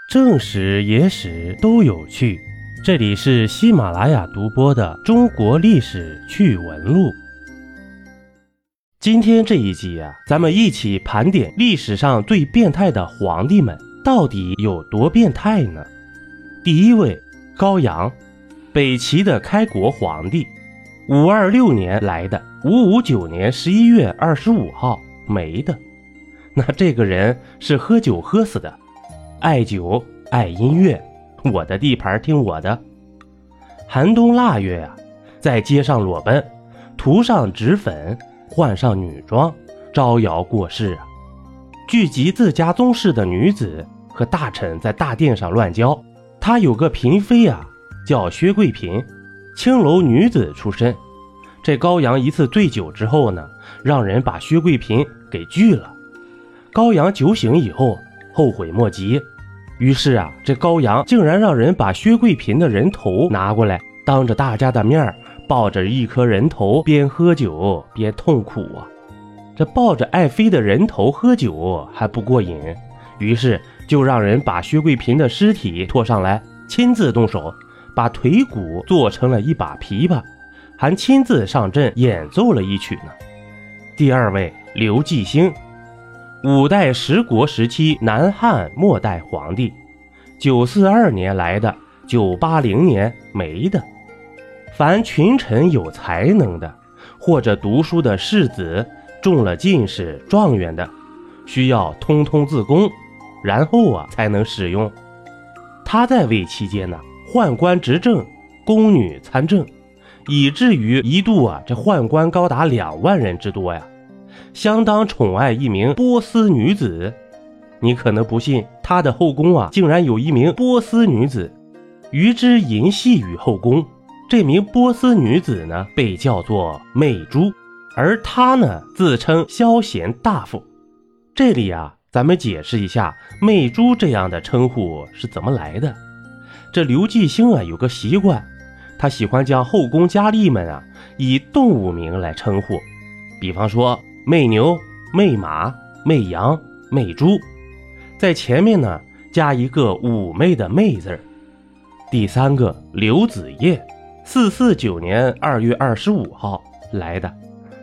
正史野史都有趣，这里是喜马拉雅独播的中国历史趣闻录。今天这一集咱们一起盘点历史上最变态的皇帝们到底有多变态呢？第一位，高阳，北齐的开国皇帝，526年来的，559年11月25号没的。那这个人是喝酒喝死的，爱酒爱音乐，我的地盘听我的。寒冬腊月在街上裸奔，涂上脂粉，换上女装，招摇过市聚集自家宗室的女子和大臣在大殿上乱交。他有个嫔妃叫薛贵嫔，青楼女子出身。这高阳一次醉酒之后呢，让人把薛贵嫔给拒了。高阳酒醒以后后悔莫及，于是这高阳竟然让人把薛贵嫔的人头拿过来，当着大家的面抱着一颗人头，边喝酒边痛苦这抱着爱妃的人头喝酒还不过瘾，于是就让人把薛贵嫔的尸体拖上来，亲自动手把腿骨做成了一把琵琶，还亲自上阵演奏了一曲呢。第二位，刘继兴，五代十国时期南汉末代皇帝，942年来的，980年没的。凡群臣有才能的，或者读书的士子，中了进士状元的，需要通通自宫，然后才能使用。他在位期间宦官执政，宫女参政，以至于一度这宦官高达2万人之多相当宠爱一名波斯女子。你可能不信，他的后宫竟然有一名波斯女子，与之淫戏于后宫。这名波斯女子呢，被叫做媚珠，而她呢，自称萧贤大夫。这里咱们解释一下媚珠这样的称呼是怎么来的。这刘继兴有个习惯，他喜欢将后宫佳丽们以动物名来称呼，比方说媚牛、媚马、媚羊、媚猪，在前面呢加一个妩媚的媚字。第三个，刘子业，449年2月25号来的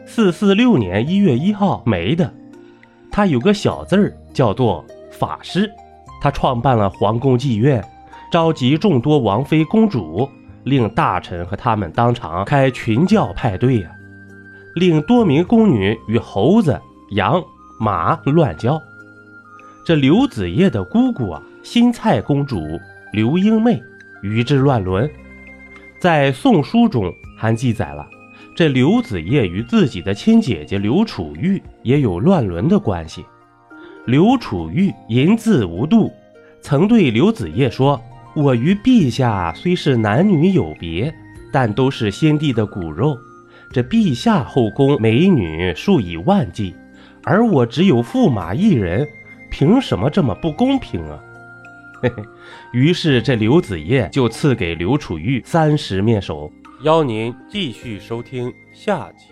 ，446年1月1号没的。他有个小字叫做法师，他创办了皇宫妓院，召集众多王妃公主，令大臣和他们当场开群教派对令多名宫女与猴子、羊、马乱交。这刘子业的姑姑新蔡公主刘英妹与之乱伦。在《宋书》中还记载了这刘子业与自己的亲姐姐刘楚玉也有乱伦的关系。刘楚玉淫自无度，曾对刘子业说，我与陛下虽是男女有别，但都是先帝的骨肉，这陛下后宫美女数以万计，而我只有驸马一人，凭什么这么不公平于是这刘子业就赐给刘楚玉30面首。邀您继续收听下集。